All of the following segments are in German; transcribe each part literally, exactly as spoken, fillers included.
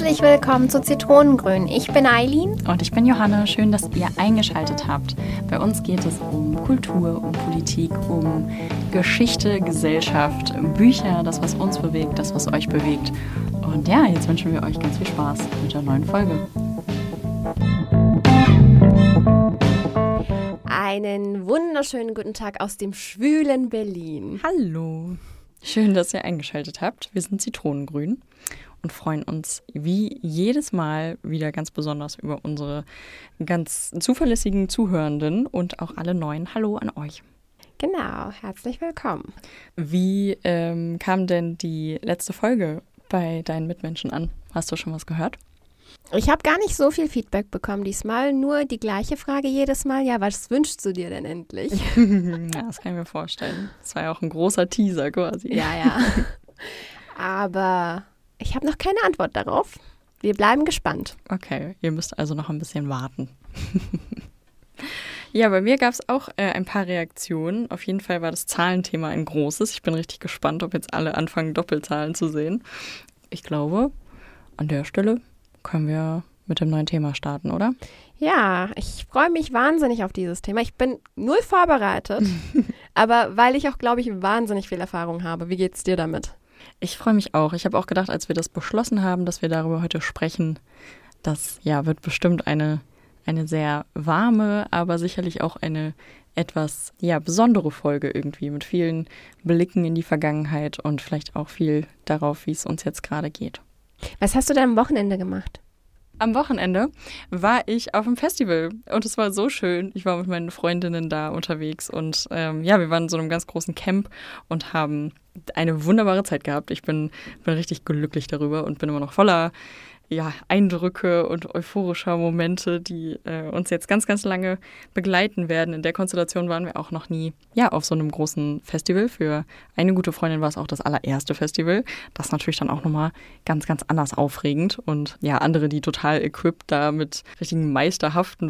Herzlich willkommen zu Zitronengrün. Ich bin Eileen. Und ich bin Johanna. Schön, dass ihr eingeschaltet habt. Bei uns geht es um Kultur, um Politik, um Geschichte, Gesellschaft, Bücher, das, was uns bewegt, das, was euch bewegt. Und ja, jetzt wünschen wir euch ganz viel Spaß mit der neuen Folge. Einen wunderschönen guten Tag aus dem schwülen Berlin. Hallo. Schön, dass ihr eingeschaltet habt. Wir sind Zitronengrün und freuen uns wie jedes Mal wieder ganz besonders über unsere ganz zuverlässigen Zuhörenden und auch alle neuen. Hallo an euch. Genau, herzlich willkommen. Wie ähm, kam denn die letzte Folge bei deinen Mitmenschen an? Hast du schon was gehört? Ich habe gar nicht so viel Feedback bekommen diesmal, nur die gleiche Frage jedes Mal. Ja, was wünschst du dir denn endlich? Ja, das kann ich mir vorstellen. Das war ja auch ein großer Teaser quasi. Ja, ja. Aber ich habe noch keine Antwort darauf. Wir bleiben gespannt. Okay, ihr müsst also noch ein bisschen warten. Ja, bei mir gab es auch äh, ein paar Reaktionen. Auf jeden Fall war das Zahlenthema ein großes. Ich bin richtig gespannt, ob jetzt alle anfangen, Doppelzahlen zu sehen. Ich glaube, an der Stelle können wir mit dem neuen Thema starten, oder? Ja, ich freue mich wahnsinnig auf dieses Thema. Ich bin null vorbereitet, aber weil ich auch, glaube ich, wahnsinnig viel Erfahrung habe. Wie geht's dir damit? Ich freue mich auch. Ich habe auch gedacht, als wir das beschlossen haben, dass wir darüber heute sprechen, das ja, wird bestimmt eine, eine sehr warme, aber sicherlich auch eine etwas ja, besondere Folge irgendwie mit vielen Blicken in die Vergangenheit und vielleicht auch viel darauf, wie es uns jetzt gerade geht. Was hast du denn am Wochenende gemacht? Am Wochenende war ich auf einem Festival und es war so schön. Ich war mit meinen Freundinnen da unterwegs und ähm, ja, wir waren in so einem ganz großen Camp und haben eine wunderbare Zeit gehabt. Ich bin, bin richtig glücklich darüber und bin immer noch voller ja, Eindrücke und euphorischer Momente, die äh, uns jetzt ganz, ganz lange begleiten werden. In der Konstellation waren wir auch noch nie ja, auf so einem großen Festival. Für eine gute Freundin war es auch das allererste Festival. Das ist natürlich dann auch nochmal ganz, ganz anders aufregend. Und ja, andere, die total equipped da mit richtigen meisterhaften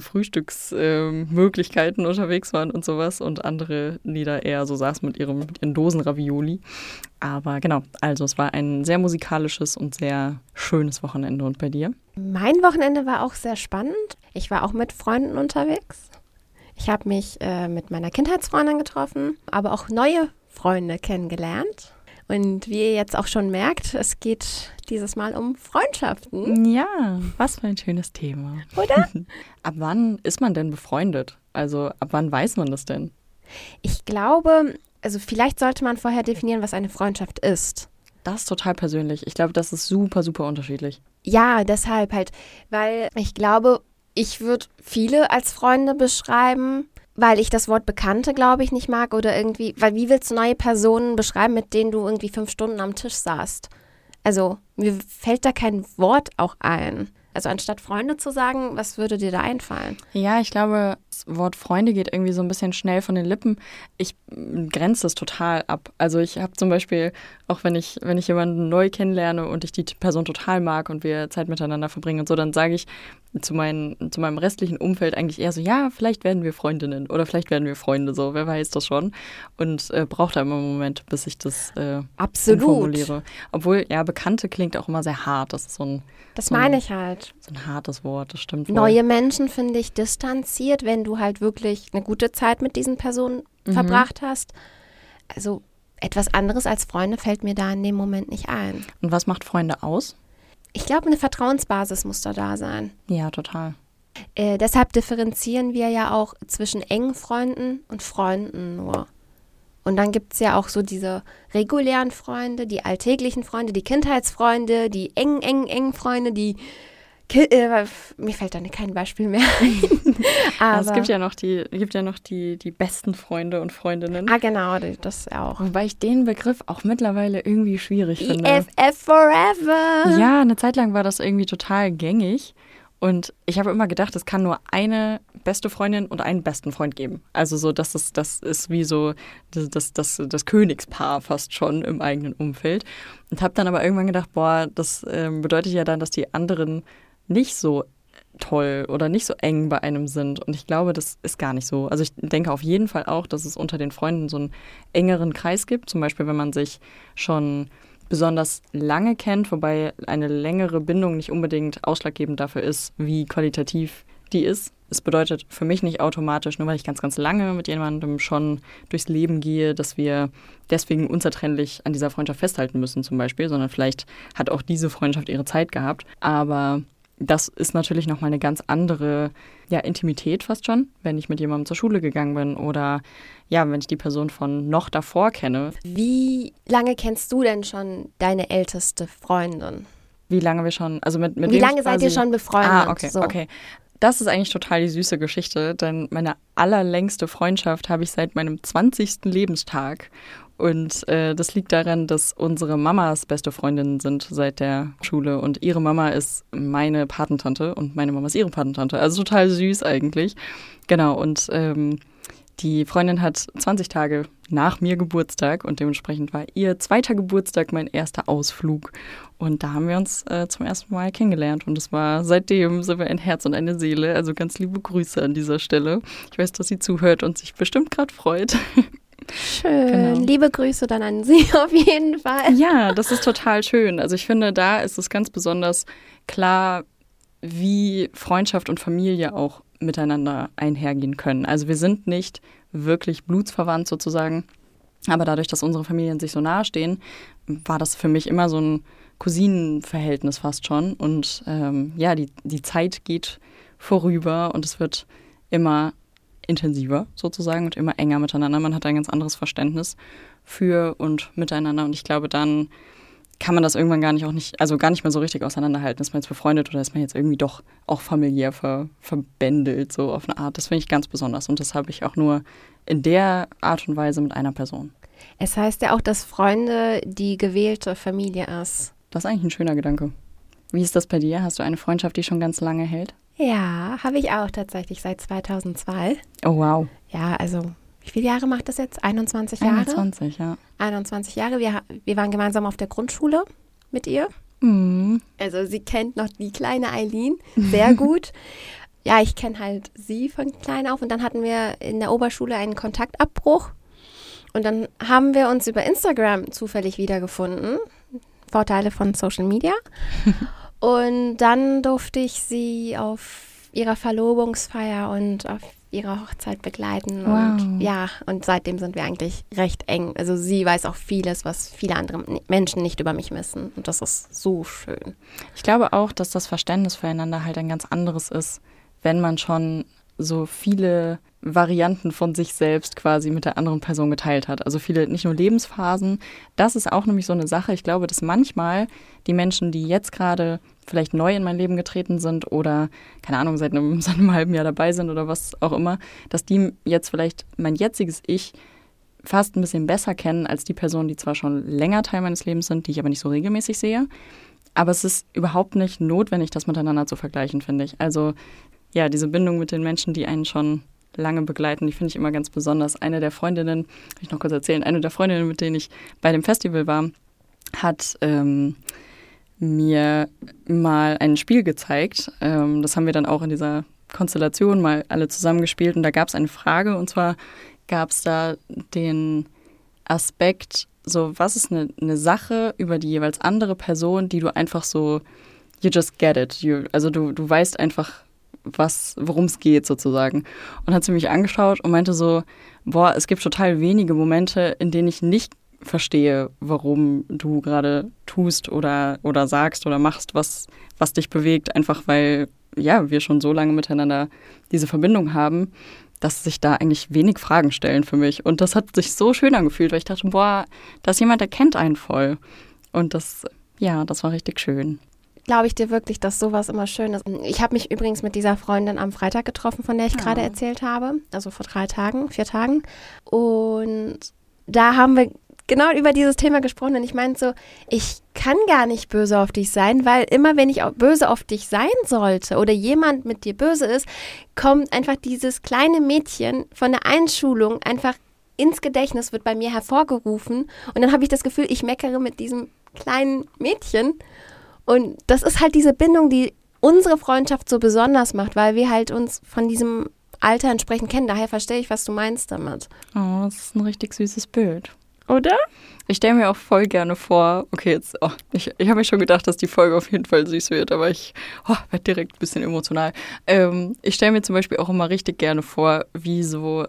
Frühstücksmöglichkeiten äh, unterwegs waren und sowas. Und andere, die da eher so saßen mit, ihrem, mit ihren Dosen Ravioli. Aber genau, also es war ein sehr musikalisches und sehr schönes Wochenende. Und bei dir? Mein Wochenende war auch sehr spannend. Ich war auch mit Freunden unterwegs. Ich habe mich äh, mit meiner Kindheitsfreundin getroffen, aber auch neue Freunde kennengelernt. Und wie ihr jetzt auch schon merkt, es geht dieses Mal um Freundschaften. Ja, was für ein schönes Thema. Oder? Ab wann ist man denn befreundet? Also ab wann weiß man das denn? Ich glaube, also vielleicht sollte man vorher definieren, was eine Freundschaft ist. Das ist total persönlich. Ich glaube, das ist super, super unterschiedlich. Ja, deshalb halt, weil ich glaube, ich würde viele als Freunde beschreiben, weil ich das Wort Bekannte, glaube ich, nicht mag oder irgendwie, weil wie willst du neue Personen beschreiben, mit denen du irgendwie fünf Stunden am Tisch saßt? Also mir fällt da kein Wort auch ein. Also anstatt Freunde zu sagen, was würde dir da einfallen? Ja, ich glaube, das Wort Freunde geht irgendwie so ein bisschen schnell von den Lippen. Ich grenze das total ab. Also ich habe zum Beispiel, auch wenn ich, wenn ich jemanden neu kennenlerne und ich die Person total mag und wir Zeit miteinander verbringen und so, dann sage ich zu, meinen, zu meinem restlichen Umfeld eigentlich eher so, ja, vielleicht werden wir Freundinnen oder vielleicht werden wir Freunde, so, wer weiß das schon. Und äh, braucht da immer einen Moment, bis ich das äh, Absolut. formuliere. Obwohl, ja, Bekannte klingt auch immer sehr hart. Das ist so ein Das so ein, meine ich halt. So ein hartes Wort, das stimmt wohl. Neue Menschen finde ich distanziert, wenn du halt wirklich eine gute Zeit mit diesen Personen mhm. verbracht hast. Also etwas anderes als Freunde fällt mir da in dem Moment nicht ein. Und was macht Freunde aus? Ich glaube, eine Vertrauensbasis muss da da sein. Ja, total. Äh, deshalb differenzieren wir ja auch zwischen engen Freunden und Freunden nur. Und dann gibt es ja auch so diese regulären Freunde, die alltäglichen Freunde, die Kindheitsfreunde, die engen, engen, engen Freunde, die Ki- äh, mir fällt da kein Beispiel mehr ein. Aber es gibt ja noch die, gibt ja noch die, die besten Freunde und Freundinnen. Ah, genau, das auch. Wobei ich den Begriff auch mittlerweile irgendwie schwierig finde. B F F forever. Ja, eine Zeit lang war das irgendwie total gängig. Und ich habe immer gedacht, es kann nur eine beste Freundin und einen besten Freund geben. Also so, das ist, das ist wie so das, das, das, das Königspaar fast schon im eigenen Umfeld. Und habe dann aber irgendwann gedacht, boah, das ähm, bedeutet ja dann, dass die anderen nicht so toll oder nicht so eng bei einem sind. Und ich glaube, das ist gar nicht so. Also ich denke auf jeden Fall auch, dass es unter den Freunden so einen engeren Kreis gibt. Zum Beispiel, wenn man sich schon besonders lange kennt, wobei eine längere Bindung nicht unbedingt ausschlaggebend dafür ist, wie qualitativ die ist. Es bedeutet für mich nicht automatisch, nur weil ich ganz, ganz lange mit jemandem schon durchs Leben gehe, dass wir deswegen unzertrennlich an dieser Freundschaft festhalten müssen zum Beispiel, sondern vielleicht hat auch diese Freundschaft ihre Zeit gehabt. Aber das ist natürlich nochmal eine ganz andere ja, Intimität fast schon, wenn ich mit jemandem zur Schule gegangen bin oder ja, wenn ich die Person von noch davor kenne. Wie lange kennst du denn schon deine älteste Freundin? Wie lange wir schon, also mit, mit Wie wem lange ich seid ihr schon befreundet? Ah, okay, so. okay. Das ist eigentlich total die süße Geschichte, denn meine allerlängste Freundschaft habe ich seit meinem zwanzigsten Lebenstag. Und äh, das liegt daran, dass unsere Mamas beste Freundinnen sind seit der Schule. Und ihre Mama ist meine Patentante und meine Mama ist ihre Patentante. Also total süß eigentlich. Genau, und ähm, die Freundin hat zwanzig Tage nach mir Geburtstag und dementsprechend war ihr zweiter Geburtstag mein erster Ausflug. Und da haben wir uns äh, zum ersten Mal kennengelernt und es war seitdem sind wir ein Herz und eine Seele. Also ganz liebe Grüße an dieser Stelle. Ich weiß, dass sie zuhört und sich bestimmt gerade freut. Schön. Genau. Liebe Grüße dann an sie auf jeden Fall. Ja, das ist total schön. Also ich finde, da ist es ganz besonders klar, wie Freundschaft und Familie auch miteinander einhergehen können. Also wir sind nicht wirklich blutsverwandt sozusagen, aber dadurch, dass unsere Familien sich so nahe stehen, war das für mich immer so ein Cousinenverhältnis fast schon. Und ähm, ja, die, die Zeit geht vorüber und es wird immer intensiver sozusagen und immer enger miteinander. Man hat ein ganz anderes Verständnis für und miteinander und ich glaube, dann kann man das irgendwann gar nicht auch nicht, also gar nicht mehr so richtig auseinanderhalten. Ist man jetzt befreundet oder ist man jetzt irgendwie doch auch familiär ver, verbändelt, so auf eine Art. Das finde ich ganz besonders und das habe ich auch nur in der Art und Weise mit einer Person. Es heißt ja auch, dass Freunde die gewählte Familie ist. Das ist eigentlich ein schöner Gedanke. Wie ist das bei dir? Hast du eine Freundschaft, die schon ganz lange hält? Ja, habe ich auch tatsächlich seit zweitausendzwei. Oh, wow. Ja, also wie viele Jahre macht das jetzt? einundzwanzig Jahre? einundzwanzig, ja. einundzwanzig Jahre. Wir, wir waren gemeinsam auf der Grundschule mit ihr. Mhm. Also sie kennt noch die kleine Eileen sehr gut. Ja, ich kenne halt sie von klein auf. Und dann hatten wir in der Oberschule einen Kontaktabbruch. Und dann haben wir uns über Instagram zufällig wiedergefunden. Vorteile von Social Media. Und dann durfte ich sie auf ihrer Verlobungsfeier und auf ihrer Hochzeit begleiten. Wow. Und ja, und seitdem sind wir eigentlich recht eng. Also sie weiß auch vieles, was viele andere Menschen nicht über mich wissen. Und das ist so schön. Ich glaube auch, dass das Verständnis füreinander halt ein ganz anderes ist, wenn man schon so viele Varianten von sich selbst quasi mit der anderen Person geteilt hat. Also viele, nicht nur Lebensphasen. Das ist auch nämlich so eine Sache. Ich glaube, dass manchmal die Menschen, die jetzt gerade vielleicht neu in mein Leben getreten sind oder, keine Ahnung, seit einem, seit einem halben Jahr dabei sind oder was auch immer, dass die jetzt vielleicht mein jetziges Ich fast ein bisschen besser kennen als die Personen, die zwar schon länger Teil meines Lebens sind, die ich aber nicht so regelmäßig sehe. Aber es ist überhaupt nicht notwendig, das miteinander zu vergleichen, finde ich. Also ja, diese Bindung mit den Menschen, die einen schon lange begleiten, die finde ich immer ganz besonders. Eine der Freundinnen, kann ich noch kurz erzählen, eine der Freundinnen, mit denen ich bei dem Festival war, hat ähm, mir mal ein Spiel gezeigt. Ähm, das haben wir dann auch in dieser Konstellation mal alle zusammengespielt und da gab es eine Frage und zwar gab es da den Aspekt, so was ist eine, eine Sache über die jeweils andere Person, die du einfach so, you just get it, you, also du, du weißt einfach, was, worum es geht sozusagen. Und hat sie mich angeschaut und meinte so, boah, es gibt total wenige Momente, in denen ich nicht verstehe, warum du gerade tust oder, oder sagst oder machst, was, was dich bewegt, einfach weil, ja, wir schon so lange miteinander diese Verbindung haben, dass sich da eigentlich wenig Fragen stellen für mich. Und das hat sich so schön angefühlt, weil ich dachte, boah, da ist jemand, der kennt einen voll. Und das, ja, das war richtig schön. Glaube ich dir wirklich, dass sowas immer schön ist. Ich habe mich übrigens mit dieser Freundin am Freitag getroffen, von der ich ja. gerade erzählt habe. Also vor drei Tagen, vier Tagen. Und da haben wir genau über dieses Thema gesprochen. Und ich meinte so, ich kann gar nicht böse auf dich sein, weil immer, wenn ich auch böse auf dich sein sollte oder jemand mit dir böse ist, kommt einfach dieses kleine Mädchen von der Einschulung einfach ins Gedächtnis, wird bei mir hervorgerufen. Und dann habe ich das Gefühl, ich meckere mit diesem kleinen Mädchen. Und das ist halt diese Bindung, die unsere Freundschaft so besonders macht, weil wir halt uns von diesem Alter entsprechend kennen. Daher verstehe ich, was du meinst damit. Oh, das ist ein richtig süßes Bild. Oder? Ich stelle mir auch voll gerne vor, okay, jetzt, oh, ich, ich habe mir schon gedacht, dass die Folge auf jeden Fall süß wird, aber ich oh, werde direkt ein bisschen emotional. Ähm, ich stelle mir zum Beispiel auch immer richtig gerne vor, wie so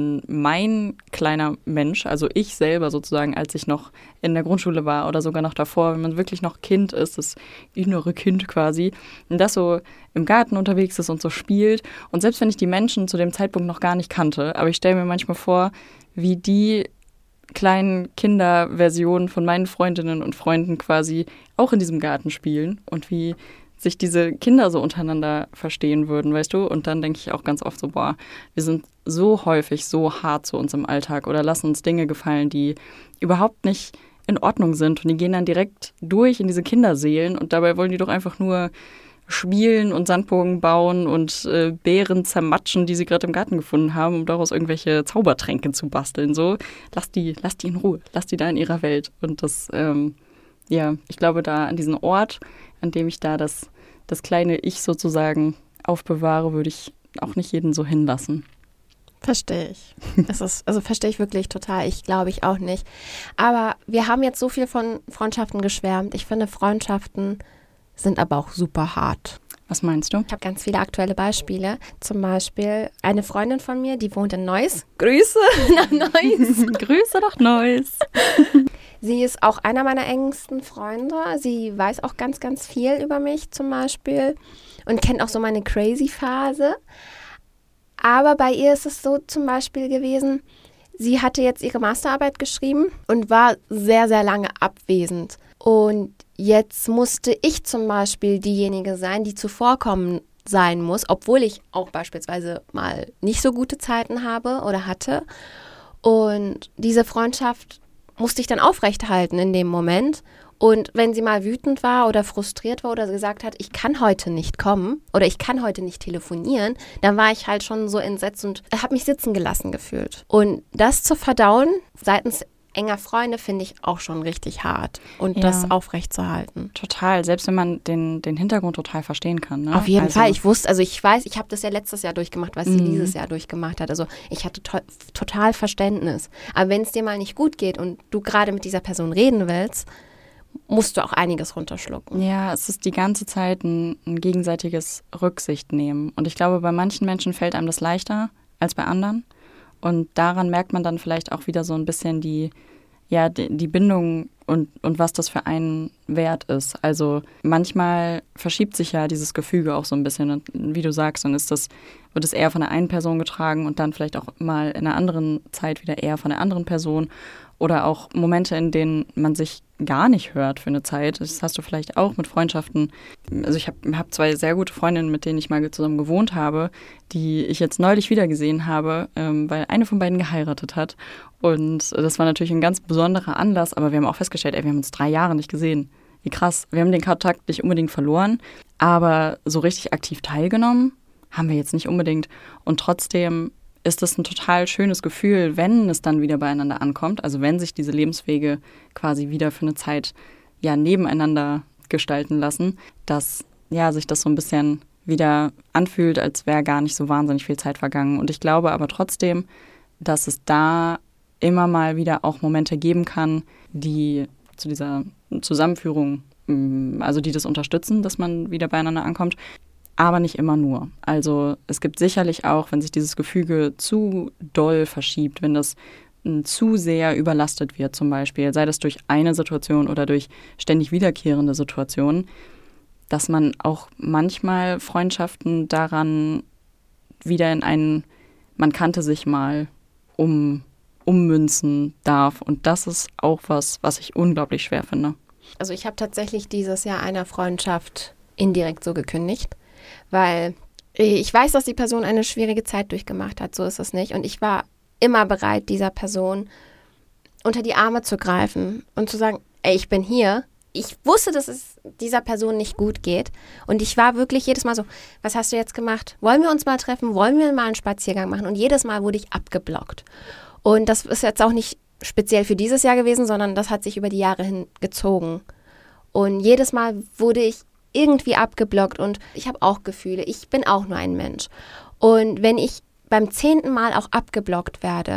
mein kleiner Mensch, also ich selber sozusagen, als ich noch in der Grundschule war oder sogar noch davor, wenn man wirklich noch Kind ist, das innere Kind quasi, und das so im Garten unterwegs ist und so spielt. Und selbst wenn ich die Menschen zu dem Zeitpunkt noch gar nicht kannte, aber ich stelle mir manchmal vor, wie die kleinen Kinderversionen von meinen Freundinnen und Freunden quasi auch in diesem Garten spielen und wie sich diese Kinder so untereinander verstehen würden, weißt du? Und dann denke ich auch ganz oft so, boah, wir sind so häufig so hart zu uns im Alltag oder lassen uns Dinge gefallen, die überhaupt nicht in Ordnung sind. Und die gehen dann direkt durch in diese Kinderseelen und dabei wollen die doch einfach nur spielen und Sandburgen bauen und äh, Beeren zermatschen, die sie gerade im Garten gefunden haben, um daraus irgendwelche Zaubertränke zu basteln. So, lass die, lass die in Ruhe, lass die da in ihrer Welt. Und das, ähm, ja, ich glaube, da an diesen Ort, an dem ich da das, das kleine Ich sozusagen aufbewahre, würde ich auch nicht jeden so hinlassen. Verstehe ich. Das ist, also verstehe ich wirklich total. Ich glaube ich auch nicht. Aber wir haben jetzt so viel von Freundschaften geschwärmt. Ich finde, Freundschaften sind aber auch super hart. Was meinst du? Ich habe ganz viele aktuelle Beispiele. Zum Beispiel eine Freundin von mir, die wohnt in Neuss. Grüße nach Neuss. Grüße nach Neuss. Sie ist auch einer meiner engsten Freunde. Sie weiß auch ganz, ganz viel über mich zum Beispiel und kennt auch so meine Crazy-Phase. Aber bei ihr ist es so zum Beispiel gewesen, sie hatte jetzt ihre Masterarbeit geschrieben und war sehr, sehr lange abwesend. Und jetzt musste ich zum Beispiel diejenige sein, die zuvorkommen sein muss, obwohl ich auch beispielsweise mal nicht so gute Zeiten habe oder hatte. Und diese Freundschaft musste ich dann aufrechterhalten in dem Moment. Und wenn sie mal wütend war oder frustriert war oder gesagt hat, ich kann heute nicht kommen oder ich kann heute nicht telefonieren, dann war ich halt schon so entsetzt und habe mich sitzen gelassen gefühlt. Und das zu verdauen seitens enger Freunde finde ich auch schon richtig hart und ja. das aufrechtzuerhalten. Total, selbst wenn man den, den Hintergrund total verstehen kann. Ne? Auf jeden also, Fall, ich wusste, also ich weiß, ich habe das ja letztes Jahr durchgemacht, was sie mhm. dieses Jahr durchgemacht hat. Also ich hatte to- total Verständnis. Aber wenn es dir mal nicht gut geht und du gerade mit dieser Person reden willst, musst du auch einiges runterschlucken. Ja, es ist die ganze Zeit ein, ein gegenseitiges Rücksicht nehmen. Und ich glaube, bei manchen Menschen fällt einem das leichter als bei anderen. Und daran merkt man dann vielleicht auch wieder so ein bisschen die, ja, die, die Bindung und, und was das für einen wert ist. Also manchmal verschiebt sich ja dieses Gefüge auch so ein bisschen. Und wie du sagst, dann ist das, wird es eher von der einen Person getragen und dann vielleicht auch mal in einer anderen Zeit wieder eher von der anderen Person. Oder auch Momente, in denen man sich gar nicht hört für eine Zeit. Das hast du vielleicht auch mit Freundschaften. Also ich habe hab zwei sehr gute Freundinnen, mit denen ich mal zusammen gewohnt habe, die ich jetzt neulich wieder gesehen habe, ähm, weil eine von beiden geheiratet hat. Und das war natürlich ein ganz besonderer Anlass, aber wir haben auch festgestellt, ey, wir haben uns drei Jahre nicht gesehen. Wie krass. Wir haben den Kontakt nicht unbedingt verloren, aber so richtig aktiv teilgenommen haben wir jetzt nicht unbedingt. Und trotzdem ist das ein total schönes Gefühl, wenn es dann wieder beieinander ankommt. Also wenn sich diese Lebenswege quasi wieder für eine Zeit ja nebeneinander gestalten lassen, dass ja sich das so ein bisschen wieder anfühlt, als wäre gar nicht so wahnsinnig viel Zeit vergangen. Und ich glaube aber trotzdem, dass es da immer mal wieder auch Momente geben kann, die zu dieser Zusammenführung, also die das unterstützen, dass man wieder beieinander ankommt. Aber nicht immer nur. Also es gibt sicherlich auch, wenn sich dieses Gefüge zu doll verschiebt, wenn das m, zu sehr überlastet wird zum Beispiel, sei das durch eine Situation oder durch ständig wiederkehrende Situationen, dass man auch manchmal Freundschaften daran wieder in einen, man kannte sich mal, um, ummünzen darf. Und das ist auch was, was ich unglaublich schwer finde. Also ich habe tatsächlich dieses Jahr einer Freundschaft indirekt so gekündigt. Weil ich weiß, dass die Person eine schwierige Zeit durchgemacht hat, so ist es nicht. Und ich war immer bereit, dieser Person unter die Arme zu greifen und zu sagen, ey, ich bin hier. Ich wusste, dass es dieser Person nicht gut geht. Und ich war wirklich jedes Mal so, was hast du jetzt gemacht? Wollen wir uns mal treffen? Wollen wir mal einen Spaziergang machen? Und jedes Mal wurde ich abgeblockt. Und das ist jetzt auch nicht speziell für dieses Jahr gewesen, sondern das hat sich über die Jahre hin gezogen. Und jedes Mal wurde ich irgendwie abgeblockt und ich habe auch Gefühle. Ich bin auch nur ein Mensch. Und wenn ich beim zehnten Mal auch abgeblockt werde,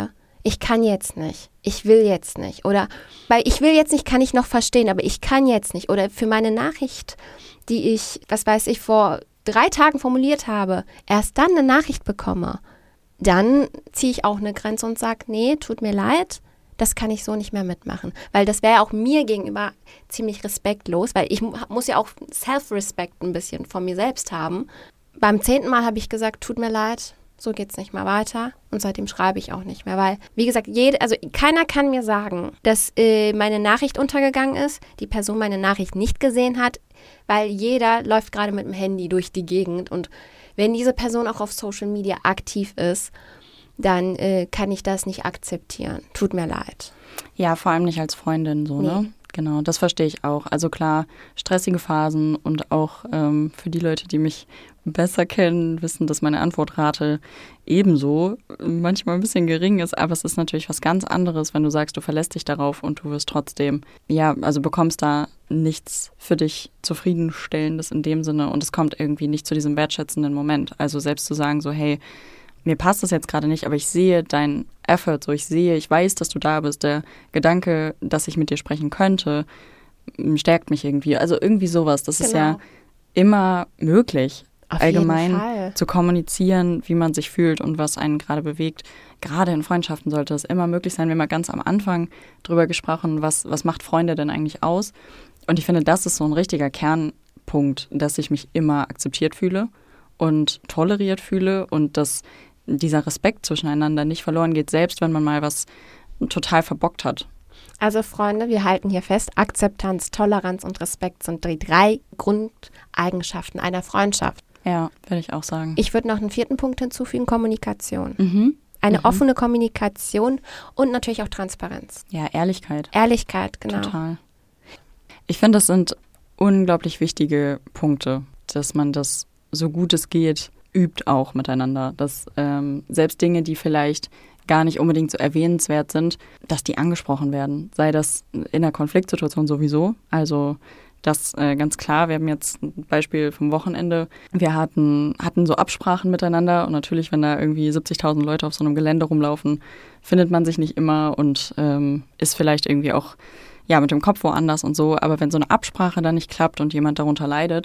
ich kann jetzt nicht, ich will jetzt nicht. Oder bei ich will jetzt nicht, kann ich noch verstehen, aber ich kann jetzt nicht. Oder für meine Nachricht, die ich, was weiß ich, vor drei Tagen formuliert habe, erst dann eine Nachricht bekomme, dann ziehe ich auch eine Grenze und sage, nee, tut mir leid, das kann ich so nicht mehr mitmachen. Weil das wäre auch mir gegenüber ziemlich respektlos, weil ich mu- muss ja auch Self-Respect ein bisschen von mir selbst haben. Beim zehnten Mal habe ich gesagt, tut mir leid, so geht's nicht mehr weiter. Und seitdem schreibe ich auch nicht mehr, weil, wie gesagt, jede, also keiner kann mir sagen, dass äh, meine Nachricht untergegangen ist, die Person meine Nachricht nicht gesehen hat, weil jeder läuft gerade mit dem Handy durch die Gegend. Und wenn diese Person auch auf Social Media aktiv ist, dann äh, kann ich das nicht akzeptieren. Tut mir leid. Ja, vor allem nicht als Freundin so, Nee. ne? Genau, das verstehe ich auch. Also klar, stressige Phasen und auch ähm, für die Leute, die mich besser kennen, wissen, dass meine Antwortrate ebenso manchmal ein bisschen gering ist. Aber es ist natürlich was ganz anderes, wenn du sagst, du verlässt dich darauf und du wirst trotzdem, ja, also bekommst da nichts für dich Zufriedenstellendes in dem Sinne und es kommt irgendwie nicht zu diesem wertschätzenden Moment. Also selbst zu sagen so, hey, mir passt das jetzt gerade nicht, aber ich sehe deinen Effort, so ich sehe, ich weiß, dass du da bist. Der Gedanke, dass ich mit dir sprechen könnte, m, stärkt mich irgendwie. Also irgendwie sowas. Das ist Genau. ja immer möglich, Auf jeden allgemein Fall. zu kommunizieren, wie man sich fühlt und was einen gerade bewegt. Gerade in Freundschaften sollte es immer möglich sein. Wir haben ja ganz am Anfang drüber gesprochen, was, was macht Freunde denn eigentlich aus? Und ich finde, das ist so ein richtiger Kernpunkt, dass ich mich immer akzeptiert fühle und toleriert fühle und dass dieser Respekt zwischeneinander nicht verloren geht, selbst wenn man mal was total verbockt hat. Also Freunde, wir halten hier fest, Akzeptanz, Toleranz und Respekt sind die drei Grundeigenschaften einer Freundschaft. Ja, würde ich auch sagen. Ich würde noch einen vierten Punkt hinzufügen, Kommunikation. Mhm. Eine Mhm. offene Kommunikation und natürlich auch Transparenz. Ja, Ehrlichkeit. Ehrlichkeit, genau. Total. Ich finde, das sind unglaublich wichtige Punkte, dass man das so gut es geht übt auch miteinander. Dass ähm, selbst Dinge, die vielleicht gar nicht unbedingt so erwähnenswert sind, dass die angesprochen werden. Sei das in einer Konfliktsituation sowieso. Also das äh, ganz klar. Wir haben jetzt ein Beispiel vom Wochenende. Wir hatten, hatten so Absprachen miteinander und natürlich, wenn da irgendwie siebzigtausend Leute auf so einem Gelände rumlaufen, findet man sich nicht immer und ähm, ist vielleicht irgendwie auch ja mit dem Kopf woanders und so. Aber wenn so eine Absprache dann nicht klappt und jemand darunter leidet,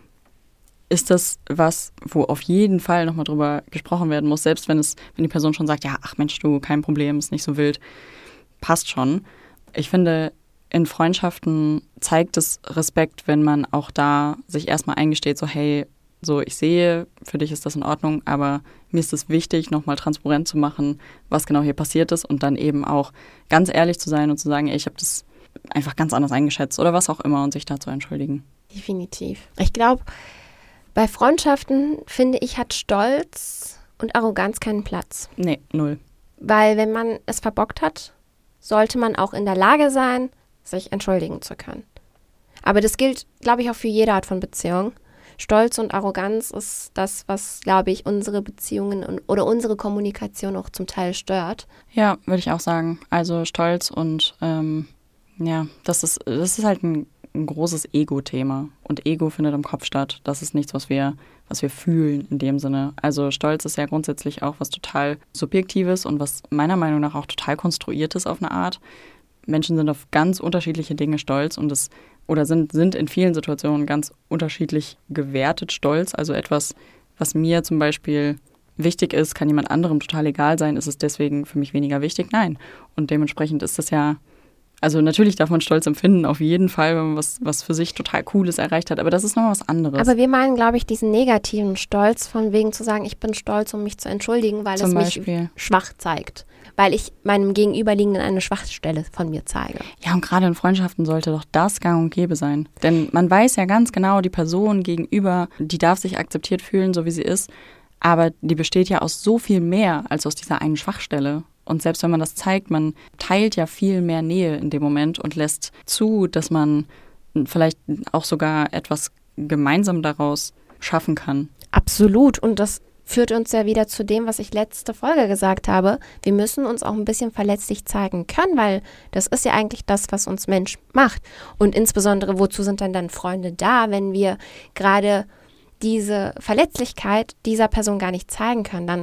ist das was, wo auf jeden Fall nochmal drüber gesprochen werden muss, selbst wenn es, wenn die Person schon sagt, ja, ach Mensch, du, kein Problem, ist nicht so wild, passt schon. Ich finde, in Freundschaften zeigt es Respekt, wenn man auch da sich erstmal eingesteht, so hey, so ich sehe, für dich ist das in Ordnung, aber mir ist es wichtig, nochmal transparent zu machen, was genau hier passiert ist und dann eben auch ganz ehrlich zu sein und zu sagen, ey, ich habe das einfach ganz anders eingeschätzt oder was auch immer und sich da zu entschuldigen. Definitiv. Ich glaube, bei Freundschaften, finde ich, hat Stolz und Arroganz keinen Platz. Nee, null. Weil wenn man es verbockt hat, sollte man auch in der Lage sein, sich entschuldigen zu können. Aber das gilt, glaube ich, auch für jede Art von Beziehung. Stolz und Arroganz ist das, was, glaube ich, unsere Beziehungen und, oder unsere Kommunikation auch zum Teil stört. Ja, würde ich auch sagen. Also Stolz und ähm, ja, das ist, das ist halt ein ein großes Ego-Thema. Und Ego findet im Kopf statt. Das ist nichts, was wir, was wir fühlen in dem Sinne. Also Stolz ist ja grundsätzlich auch was total Subjektives und was meiner Meinung nach auch total Konstruiertes auf eine Art. Menschen sind auf ganz unterschiedliche Dinge stolz und das oder sind, sind in vielen Situationen ganz unterschiedlich gewertet stolz. Also etwas, was mir zum Beispiel wichtig ist, kann jemand anderem total egal sein. Ist es deswegen für mich weniger wichtig? Nein. Und dementsprechend ist das ja. Also natürlich darf man Stolz empfinden, auf jeden Fall, wenn man was, was für sich total Cooles erreicht hat. Aber das ist nochmal was anderes. Aber wir meinen, glaube ich, diesen negativen Stolz, von wegen zu sagen, ich bin stolz, um mich zu entschuldigen, weil Zum es Beispiel. mich schwach zeigt. Weil ich meinem Gegenüberliegenden eine Schwachstelle von mir zeige. Ja, und gerade in Freundschaften sollte doch das gang und gäbe sein. Denn man weiß ja ganz genau, die Person gegenüber, die darf sich akzeptiert fühlen, so wie sie ist. Aber die besteht ja aus so viel mehr als aus dieser einen Schwachstelle. Und selbst wenn man das zeigt, man teilt ja viel mehr Nähe in dem Moment und lässt zu, dass man vielleicht auch sogar etwas gemeinsam daraus schaffen kann. Absolut. Und das führt uns ja wieder zu dem, was ich letzte Folge gesagt habe. Wir müssen uns auch ein bisschen verletzlich zeigen können, weil das ist ja eigentlich das, was uns Mensch macht. Und insbesondere, wozu sind dann dann Freunde da, wenn wir gerade diese Verletzlichkeit dieser Person gar nicht zeigen können? Dann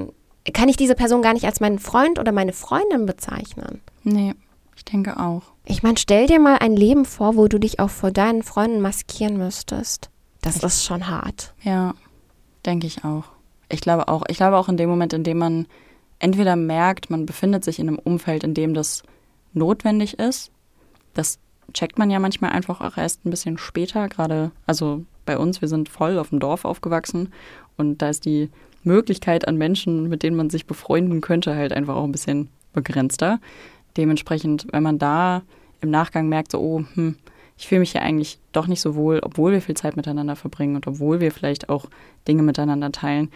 kann ich diese Person gar nicht als meinen Freund oder meine Freundin bezeichnen. Nee, ich denke auch. Ich meine, stell dir mal ein Leben vor, wo du dich auch vor deinen Freunden maskieren müsstest. Das ich, ist schon hart. Ja, denke ich auch. Ich glaube auch. Ich glaube auch in dem Moment, in dem man entweder merkt, man befindet sich in einem Umfeld, in dem das notwendig ist. Das checkt man ja manchmal einfach auch erst ein bisschen später. Gerade, also bei uns, wir sind voll auf dem Dorf aufgewachsen und da ist die Möglichkeit an Menschen, mit denen man sich befreunden könnte, halt einfach auch ein bisschen begrenzter. Dementsprechend, wenn man da im Nachgang merkt, so, oh, hm, ich fühle mich ja eigentlich doch nicht so wohl, obwohl wir viel Zeit miteinander verbringen und obwohl wir vielleicht auch Dinge miteinander teilen,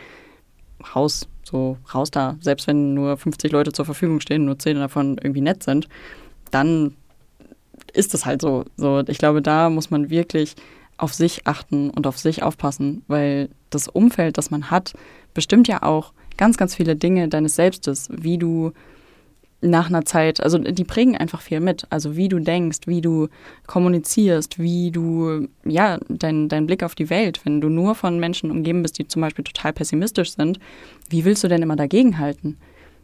raus, so raus da. Selbst wenn nur fünfzig Leute zur Verfügung stehen, nur zehn davon irgendwie nett sind, dann ist das halt so. So, ich glaube, da muss man wirklich auf sich achten und auf sich aufpassen, weil das Umfeld, das man hat, bestimmt ja auch ganz, ganz viele Dinge deines Selbstes, wie du nach einer Zeit, also die prägen einfach viel mit, also wie du denkst, wie du kommunizierst, wie du, ja, dein, dein Blick auf die Welt, wenn du nur von Menschen umgeben bist, die zum Beispiel total pessimistisch sind, wie willst du denn immer dagegenhalten?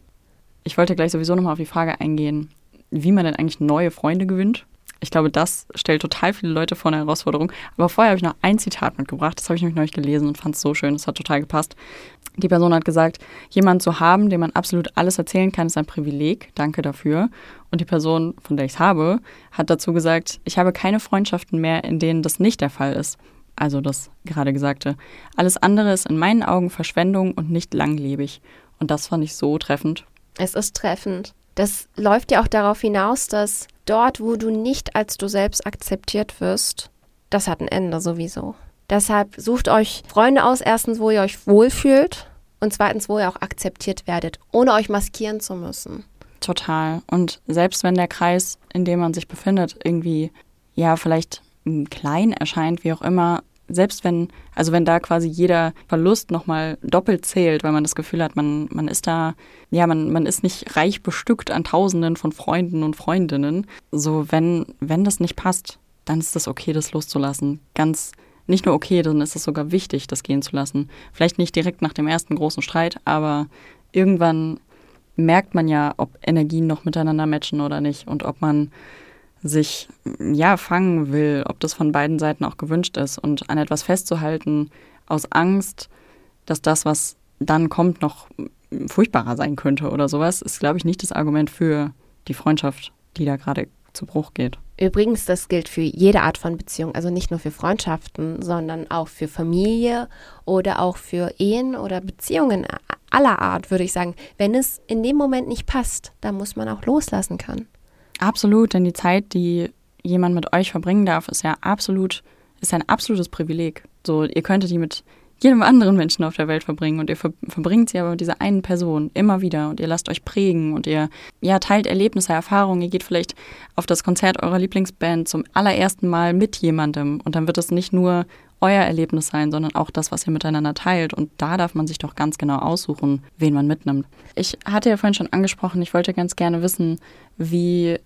Ich wollte gleich sowieso nochmal auf die Frage eingehen, wie man denn eigentlich neue Freunde gewinnt. Ich glaube, das stellt total viele Leute vor eine Herausforderung. Aber vorher habe ich noch ein Zitat mitgebracht. Das habe ich nämlich neulich gelesen und fand es so schön. Das hat total gepasst. Die Person hat gesagt, jemanden zu haben, dem man absolut alles erzählen kann, ist ein Privileg. Danke dafür. Und die Person, von der ich es habe, hat dazu gesagt, ich habe keine Freundschaften mehr, in denen das nicht der Fall ist. Also das gerade Gesagte. Alles andere ist in meinen Augen Verschwendung und nicht langlebig. Und das fand ich so treffend. Es ist treffend. Das läuft ja auch darauf hinaus, dass dort, wo du nicht als du selbst akzeptiert wirst, das hat ein Ende sowieso. Deshalb sucht euch Freunde aus, erstens, wo ihr euch wohlfühlt und zweitens, wo ihr auch akzeptiert werdet, ohne euch maskieren zu müssen. Total. Und selbst wenn der Kreis, in dem man sich befindet, irgendwie, ja, vielleicht klein erscheint, wie auch immer, selbst wenn, also wenn da quasi jeder Verlust nochmal doppelt zählt, weil man das Gefühl hat, man, man ist da, ja, man, man ist nicht reich bestückt an Tausenden von Freunden und Freundinnen. So, wenn, wenn das nicht passt, dann ist das okay, das loszulassen. Ganz, nicht nur okay, dann ist es sogar wichtig, das gehen zu lassen. Vielleicht nicht direkt nach dem ersten großen Streit, aber irgendwann merkt man ja, ob Energien noch miteinander matchen oder nicht und ob man sich, ja, fangen will, ob das von beiden Seiten auch gewünscht ist und an etwas festzuhalten aus Angst, dass das, was dann kommt, noch furchtbarer sein könnte oder sowas, ist, glaube ich, nicht das Argument für die Freundschaft, die da gerade zu Bruch geht. Übrigens, das gilt für jede Art von Beziehung, also nicht nur für Freundschaften, sondern auch für Familie oder auch für Ehen oder Beziehungen aller Art, würde ich sagen. Wenn es in dem Moment nicht passt, dann muss man auch loslassen können. Absolut, denn die Zeit, die jemand mit euch verbringen darf, ist ja absolut, ist ein absolutes Privileg. So, ihr könntet die mit jedem anderen Menschen auf der Welt verbringen und ihr ver- verbringt sie aber mit dieser einen Person immer wieder und ihr lasst euch prägen und ihr, ja, teilt Erlebnisse, Erfahrungen. Ihr geht vielleicht auf das Konzert eurer Lieblingsband zum allerersten Mal mit jemandem und dann wird es nicht nur euer Erlebnis sein, sondern auch das, was ihr miteinander teilt. Und da darf man sich doch ganz genau aussuchen, wen man mitnimmt. Ich hatte ja vorhin schon angesprochen, ich wollte ganz gerne wissen, wie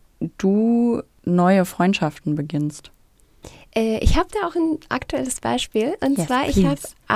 du neue Freundschaften beginnst. Äh, ich habe da auch ein aktuelles Beispiel. Und yes, zwar, please. Ich habe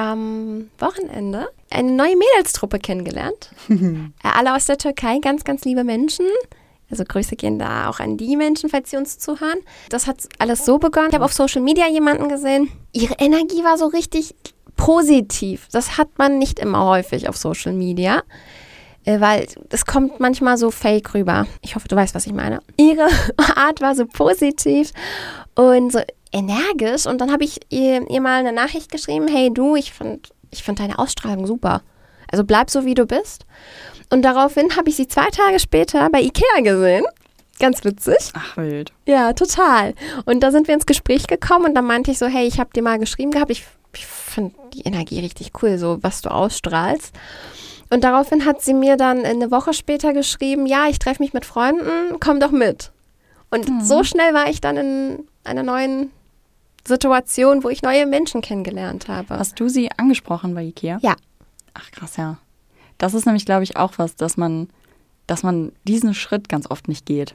am Wochenende eine neue Mädelstruppe kennengelernt. äh, alle aus der Türkei, ganz, ganz liebe Menschen. Also Grüße gehen da auch an die Menschen, falls sie uns zuhören. Das hat alles so begonnen. Ich habe auf Social Media jemanden gesehen. Ihre Energie war so richtig positiv. Das hat man nicht immer häufig auf Social Media, äh, weil es kommt manchmal so fake rüber. Ich hoffe, du weißt, was ich meine. Ihre Art war so positiv und so energisch. Und dann habe ich ihr, ihr mal eine Nachricht geschrieben. Hey du, ich fand, ich fand deine Ausstrahlung super. Also bleib so, wie du bist. Und daraufhin habe ich sie zwei Tage später bei Ikea gesehen. Ganz witzig. Ach, wild. Ja, total. Und da sind wir ins Gespräch gekommen und dann meinte ich so, hey, ich habe dir mal geschrieben gehabt, ich, ich finde die Energie richtig cool, so was du ausstrahlst. Und daraufhin hat sie mir dann eine Woche später geschrieben, ja, ich treffe mich mit Freunden, komm doch mit. Und mhm. so schnell war ich dann in einer neuen Situation, wo ich neue Menschen kennengelernt habe. Hast du sie angesprochen bei Ikea? Ja. Ach, krass, ja. Das ist nämlich, glaube ich, auch was, dass man, dass man diesen Schritt ganz oft nicht geht.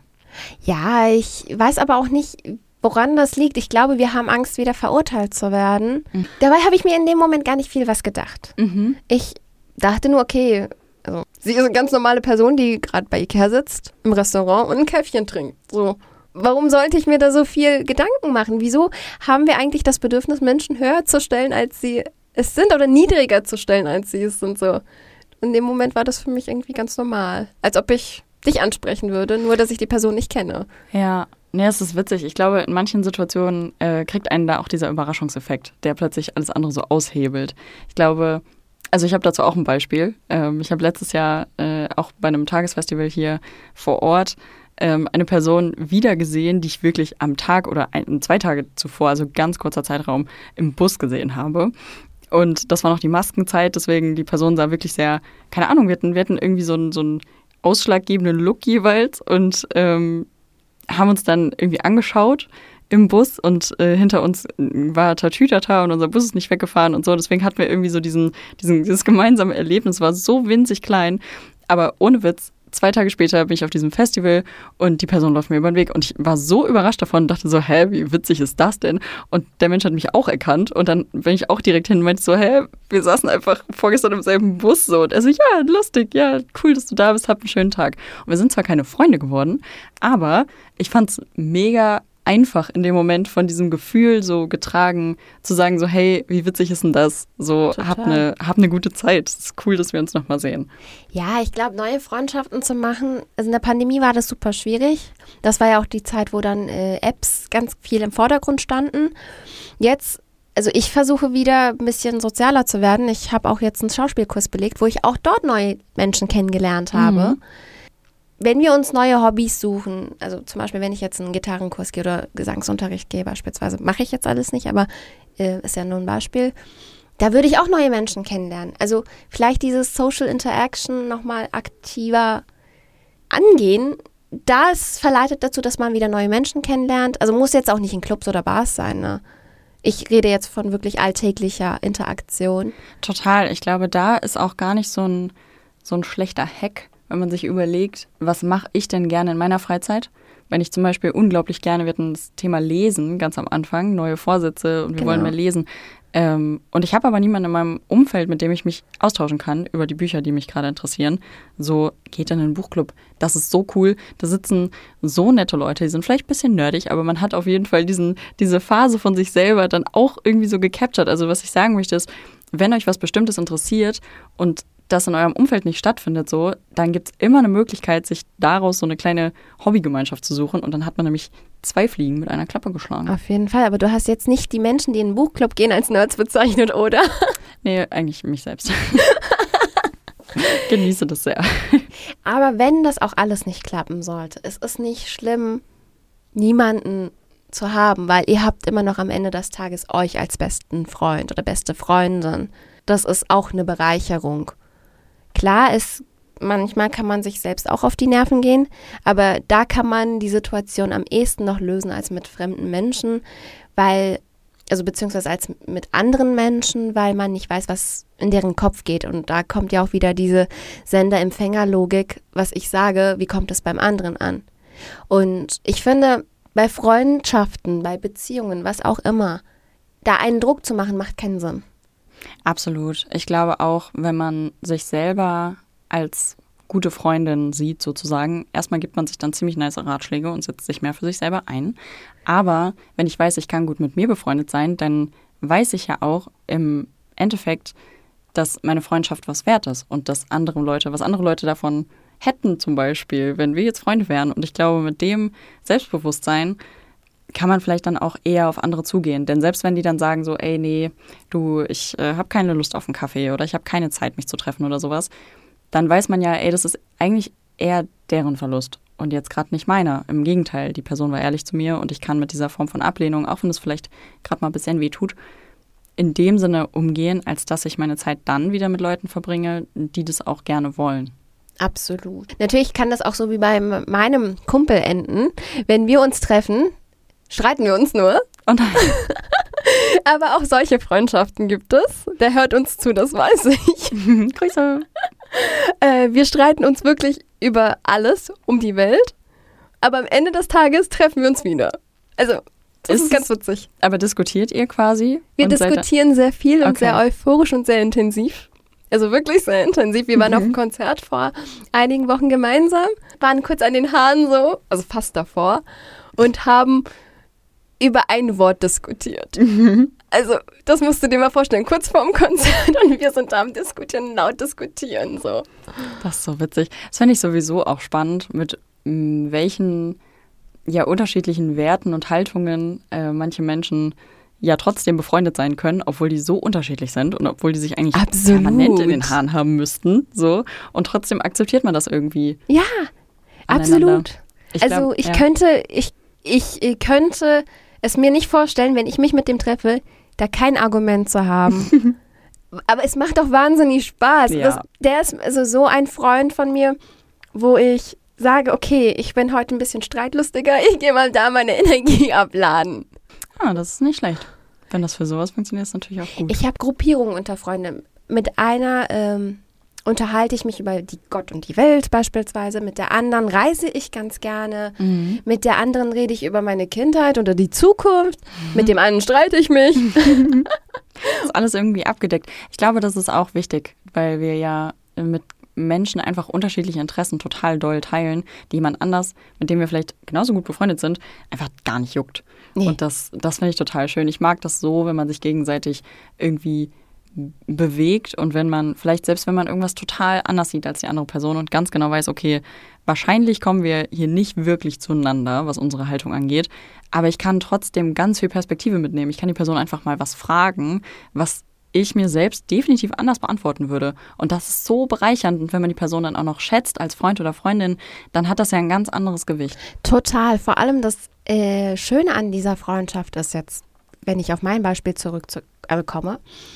Ja, ich weiß aber auch nicht, woran das liegt. Ich glaube, wir haben Angst, wieder verurteilt zu werden. Mhm. Dabei habe ich mir in dem Moment gar nicht viel was gedacht. Mhm. Ich dachte nur, okay, Also, sie ist eine ganz normale Person, die gerade bei Ikea sitzt, im Restaurant und ein Käffchen trinkt. So. Warum sollte ich mir da so viel Gedanken machen? Wieso haben wir eigentlich das Bedürfnis, Menschen höher zu stellen, als sie es sind oder niedriger zu stellen, als sie es sind? So. In dem Moment war das für mich irgendwie ganz normal. Als ob ich dich ansprechen würde, nur dass ich die Person nicht kenne. Ja, nee, es ist witzig. Ich glaube, in manchen Situationen äh, kriegt einen da auch dieser Überraschungseffekt, der plötzlich alles andere so aushebelt. Ich glaube, also ich habe dazu auch ein Beispiel. Ähm, ich habe letztes Jahr äh, auch bei einem Tagesfestival hier vor Ort ähm, eine Person wiedergesehen, die ich wirklich am Tag oder ein, zwei Tage zuvor, also ganz kurzer Zeitraum, im Bus gesehen habe. Und das war noch die Maskenzeit, deswegen die Person sah wirklich sehr, keine Ahnung, wir hatten, wir hatten irgendwie so einen, so einen ausschlaggebenden Look jeweils und ähm, haben uns dann irgendwie angeschaut im Bus und äh, hinter uns war Tatütata und unser Bus ist nicht weggefahren und so. Deswegen hatten wir irgendwie so diesen, diesen, dieses gemeinsame Erlebnis, war so winzig klein, aber ohne Witz. Zwei Tage später bin ich auf diesem Festival und die Person läuft mir über den Weg und ich war so überrascht davon und dachte so, hä, wie witzig ist das denn? Und der Mensch hat mich auch erkannt und dann bin ich auch direkt hin und meinte so, hä, wir saßen einfach vorgestern im selben Bus so und er so, ja, lustig, ja, cool, dass du da bist, hab einen schönen Tag. Und wir sind zwar keine Freunde geworden, aber ich fand's mega einfach in dem Moment von diesem Gefühl so getragen, zu sagen so, hey, wie witzig ist denn das? So, Total. hab eine hab eine gute Zeit. Es ist cool, dass wir uns nochmal sehen. Ja, ich glaube, neue Freundschaften zu machen, also in der Pandemie war das super schwierig. Das war ja auch die Zeit, wo dann äh, Apps ganz viel im Vordergrund standen. Jetzt, also ich versuche wieder ein bisschen sozialer zu werden. Ich habe auch jetzt einen Schauspielkurs belegt, wo ich auch dort neue Menschen kennengelernt habe. Mhm. Wenn wir uns neue Hobbys suchen, also zum Beispiel, wenn ich jetzt einen Gitarrenkurs gehe oder Gesangsunterricht gehe beispielsweise, mache ich jetzt alles nicht, aber äh, ist ja nur ein Beispiel, da würde ich auch neue Menschen kennenlernen. Also vielleicht dieses Social Interaction nochmal aktiver angehen, das verleitet dazu, dass man wieder neue Menschen kennenlernt. Also muss jetzt auch nicht in Clubs oder Bars sein, ne? Ich rede jetzt von wirklich alltäglicher Interaktion. Total. Ich glaube, da ist auch gar nicht so ein, so ein schlechter Hack, wenn man sich überlegt, was mache ich denn gerne in meiner Freizeit? Wenn ich zum Beispiel unglaublich gerne, wir hatten das Thema Lesen ganz am Anfang, neue Vorsätze und wir Genau. wollen mehr lesen. Ähm, und ich habe aber niemanden in meinem Umfeld, mit dem ich mich austauschen kann über die Bücher, die mich gerade interessieren. So, geht dann in einen Buchclub. Das ist so cool. Da sitzen so nette Leute, die sind vielleicht ein bisschen nerdig, aber man hat auf jeden Fall diesen, diese Phase von sich selber dann auch irgendwie so gecaptured. Also was ich sagen möchte ist, wenn euch was Bestimmtes interessiert und das in eurem Umfeld nicht stattfindet, so, dann gibt es immer eine Möglichkeit, sich daraus so eine kleine Hobbygemeinschaft zu suchen und dann hat man nämlich zwei Fliegen mit einer Klappe geschlagen. Auf jeden Fall, aber du hast jetzt nicht die Menschen, die in den Buchclub gehen, als Nerds bezeichnet, oder? Nee, eigentlich mich selbst. Genieße das sehr. Aber wenn das auch alles nicht klappen sollte, es ist nicht schlimm, niemanden zu haben, weil ihr habt immer noch am Ende des Tages euch als besten Freund oder beste Freundin. Das ist auch eine Bereicherung. Klar ist, manchmal kann man sich selbst auch auf die Nerven gehen, aber da kann man die Situation am ehesten noch lösen als mit fremden Menschen, weil, also beziehungsweise als mit anderen Menschen, weil man nicht weiß, was in deren Kopf geht. Und da kommt ja auch wieder diese Sender-Empfänger-Logik, was ich sage, wie kommt es beim anderen an? Und ich finde, bei Freundschaften, bei Beziehungen, was auch immer, da einen Druck zu machen, macht keinen Sinn. Absolut. Ich glaube auch, wenn man sich selber als gute Freundin sieht sozusagen, erstmal gibt man sich dann ziemlich nice Ratschläge und setzt sich mehr für sich selber ein. Aber wenn ich weiß, ich kann gut mit mir befreundet sein, dann weiß ich ja auch im Endeffekt, dass meine Freundschaft was wert ist und dass andere Leute, was andere Leute davon hätten zum Beispiel, wenn wir jetzt Freunde wären. Und ich glaube, mit dem Selbstbewusstsein kann man vielleicht dann auch eher auf andere zugehen. Denn selbst wenn die dann sagen so, ey, nee, du, ich äh, habe keine Lust auf einen Kaffee oder ich habe keine Zeit, mich zu treffen oder sowas, dann weiß man ja, ey, das ist eigentlich eher deren Verlust und jetzt gerade nicht meiner. Im Gegenteil, die Person war ehrlich zu mir und ich kann mit dieser Form von Ablehnung, auch wenn es vielleicht gerade mal ein bisschen weh tut, in dem Sinne umgehen, als dass ich meine Zeit dann wieder mit Leuten verbringe, die das auch gerne wollen. Absolut. Natürlich kann das auch so wie bei meinem Kumpel enden. Wenn wir uns treffen, streiten wir uns nur. Oh nein. Aber auch solche Freundschaften gibt es. Der hört uns zu, das weiß ich. Grüße. Äh, wir streiten uns wirklich über alles um die Welt. Aber am Ende des Tages treffen wir uns wieder. Also, das ist, ist ganz witzig. Aber diskutiert ihr quasi? Wir diskutieren sehr viel und okay. sehr euphorisch und sehr intensiv. Also wirklich sehr intensiv. Wir waren mhm. auf einem Konzert vor einigen Wochen gemeinsam, waren kurz an den Haaren so, also fast davor, und haben über ein Wort diskutiert. Mhm. Also das musst du dir mal vorstellen, kurz vorm Konzert und wir sind da am Diskutieren, laut diskutieren. So. Das ist so witzig. Das fände ich sowieso auch spannend, mit m, welchen ja, unterschiedlichen Werten und Haltungen äh, manche Menschen ja trotzdem befreundet sein können, obwohl die so unterschiedlich sind und obwohl die sich eigentlich Absolut. permanent in den Haaren haben müssten. So. Und trotzdem akzeptiert man das irgendwie. Ja, absolut. Ich also glaub, ich ja. könnte, ich, ich könnte es mir nicht vorstellen, wenn ich mich mit dem treffe, da kein Argument zu haben. Aber es macht doch wahnsinnig Spaß. Ja. Das, der ist also so ein Freund von mir, wo ich sage, okay, ich bin heute ein bisschen streitlustiger, ich gehe mal da meine Energie abladen. Ah, das ist nicht schlecht. Wenn das für sowas funktioniert, ist natürlich auch gut. Ich habe Gruppierungen unter Freunden. Mit einer ähm, unterhalte ich mich über die Gott und die Welt beispielsweise. Mit der anderen reise ich ganz gerne. Mhm. Mit der anderen rede ich über meine Kindheit oder die Zukunft. Mhm. Mit dem einen streite ich mich. Das ist alles irgendwie abgedeckt. Ich glaube, das ist auch wichtig, weil wir ja mit Menschen einfach unterschiedliche Interessen total doll teilen, die jemand anders, mit dem wir vielleicht genauso gut befreundet sind, einfach gar nicht juckt. Nee. Und das, das finde ich total schön. Ich mag das so, wenn man sich gegenseitig irgendwie bewegt und wenn man, vielleicht selbst wenn man irgendwas total anders sieht als die andere Person und ganz genau weiß, okay, wahrscheinlich kommen wir hier nicht wirklich zueinander, was unsere Haltung angeht, aber ich kann trotzdem ganz viel Perspektive mitnehmen. Ich kann die Person einfach mal was fragen, was ich mir selbst definitiv anders beantworten würde. Und das ist so bereichernd. Und wenn man die Person dann auch noch schätzt als Freund oder Freundin, dann hat das ja ein ganz anderes Gewicht. Total. Vor allem das äh, Schöne an dieser Freundschaft ist jetzt, wenn ich auf mein Beispiel zurückkomme,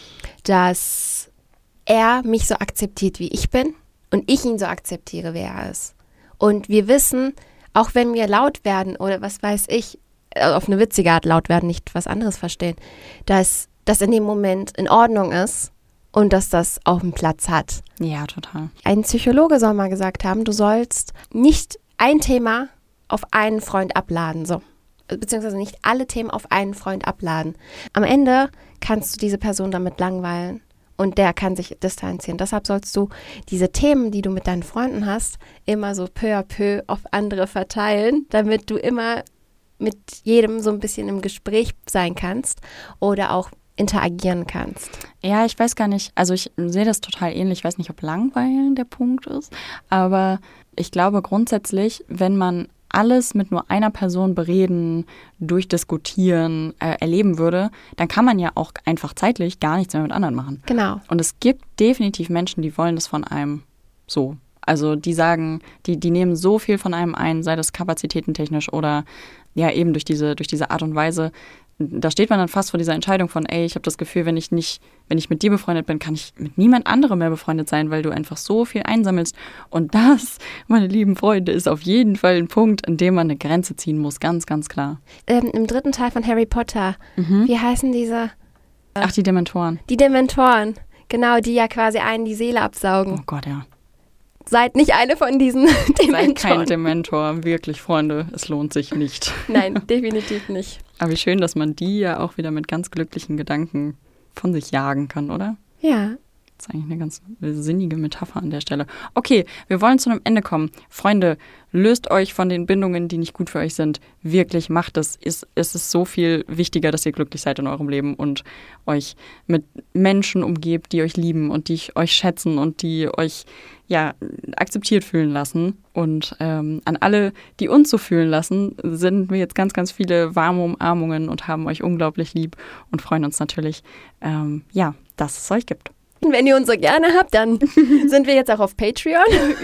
dass er mich so akzeptiert, wie ich bin und ich ihn so akzeptiere, wer er ist. Und wir wissen, auch wenn wir laut werden oder was weiß ich, auf eine witzige Art laut werden, nicht was anderes verstehen, dass das in dem Moment in Ordnung ist und dass das auch einen Platz hat. Ja, total. Ein Psychologe soll mal gesagt haben, du sollst nicht ein Thema auf einen Freund abladen, so. Beziehungsweise nicht alle Themen auf einen Freund abladen. Am Ende kannst du diese Person damit langweilen und der kann sich distanzieren. Deshalb sollst du diese Themen, die du mit deinen Freunden hast, immer so peu à peu auf andere verteilen, damit du immer mit jedem so ein bisschen im Gespräch sein kannst oder auch interagieren kannst. Ja, ich weiß gar nicht, also ich sehe das total ähnlich, ich weiß nicht, ob Langweilen der Punkt ist, aber ich glaube grundsätzlich, wenn man alles mit nur einer Person bereden, durchdiskutieren, äh, erleben würde, dann kann man ja auch einfach zeitlich gar nichts mehr mit anderen machen. Genau. Und es gibt definitiv Menschen, die wollen das von einem so. Also die sagen, die, die nehmen so viel von einem ein, sei das kapazitätentechnisch oder ja eben durch diese, durch diese Art und Weise. Da steht man dann fast vor dieser Entscheidung von, ey, ich habe das Gefühl, wenn ich nicht, wenn ich mit dir befreundet bin, kann ich mit niemand anderem mehr befreundet sein, weil du einfach so viel einsammelst. Und das, meine lieben Freunde, ist auf jeden Fall ein Punkt, an dem man eine Grenze ziehen muss, ganz, ganz klar. Ähm, im dritten Teil von Harry Potter, mhm. wie heißen diese? Ach, die Dementoren. Die Dementoren, genau, die ja quasi einen die Seele absaugen. Oh Gott, ja. Seid nicht eine von diesen Dementoren. Seid kein Dementor, wirklich, Freunde, es lohnt sich nicht. Nein, definitiv nicht. Aber wie schön, dass man die ja auch wieder mit ganz glücklichen Gedanken von sich jagen kann, oder? Ja. Das ist eigentlich eine ganz sinnige Metapher an der Stelle. Okay, wir wollen zu einem Ende kommen. Freunde, löst euch von den Bindungen, die nicht gut für euch sind. Wirklich, macht es. Es ist so viel wichtiger, dass ihr glücklich seid in eurem Leben und euch mit Menschen umgebt, die euch lieben und die euch schätzen und die euch ja akzeptiert fühlen lassen. Und ähm, an alle, die uns so fühlen lassen, senden wir jetzt ganz, ganz viele warme Umarmungen und haben euch unglaublich lieb und freuen uns natürlich, ähm, ja, dass es euch gibt. Wenn ihr uns so gerne habt, dann sind wir jetzt auch auf Patreon.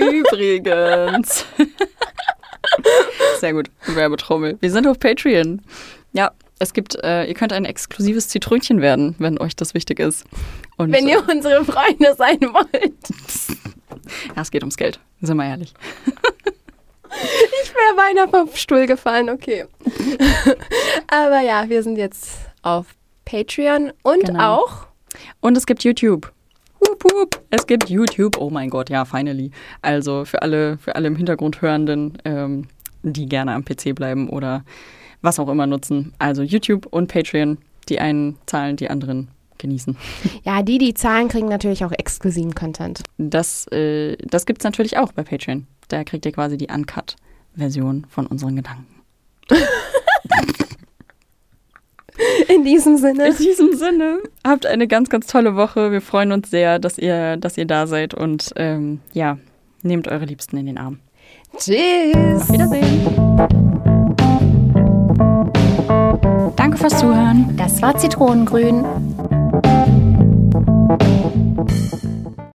Übrigens. Sehr gut, Werbetrommel. Wir sind auf Patreon. Ja, es gibt, äh, ihr könnt ein exklusives Zitrönchen werden, wenn euch das wichtig ist. Und, wenn ihr unsere Freunde sein wollt. Ja, es geht ums Geld, sind wir ehrlich. Ich wäre beinahe vom Stuhl gefallen, okay. Aber ja, wir sind jetzt auf Patreon und genau. auch... Und es gibt YouTube. Hup, hup. Es gibt YouTube. Oh mein Gott, ja, finally. Also für alle, für alle im Hintergrund Hörenden, ähm, die gerne am P C bleiben oder was auch immer nutzen. Also YouTube und Patreon. Die einen zahlen, die anderen genießen. Ja, die, die zahlen, kriegen natürlich auch exklusiven Content. Das, äh, das gibt es natürlich auch bei Patreon. Da kriegt ihr quasi die Uncut-Version von unseren Gedanken. In diesem Sinne. In diesem Sinne. Habt eine ganz, ganz tolle Woche. Wir freuen uns sehr, dass ihr, dass ihr da seid. Und ähm, ja, nehmt eure Liebsten in den Arm. Tschüss. Auf Wiedersehen. Danke fürs Zuhören. Das war Zitronengrün.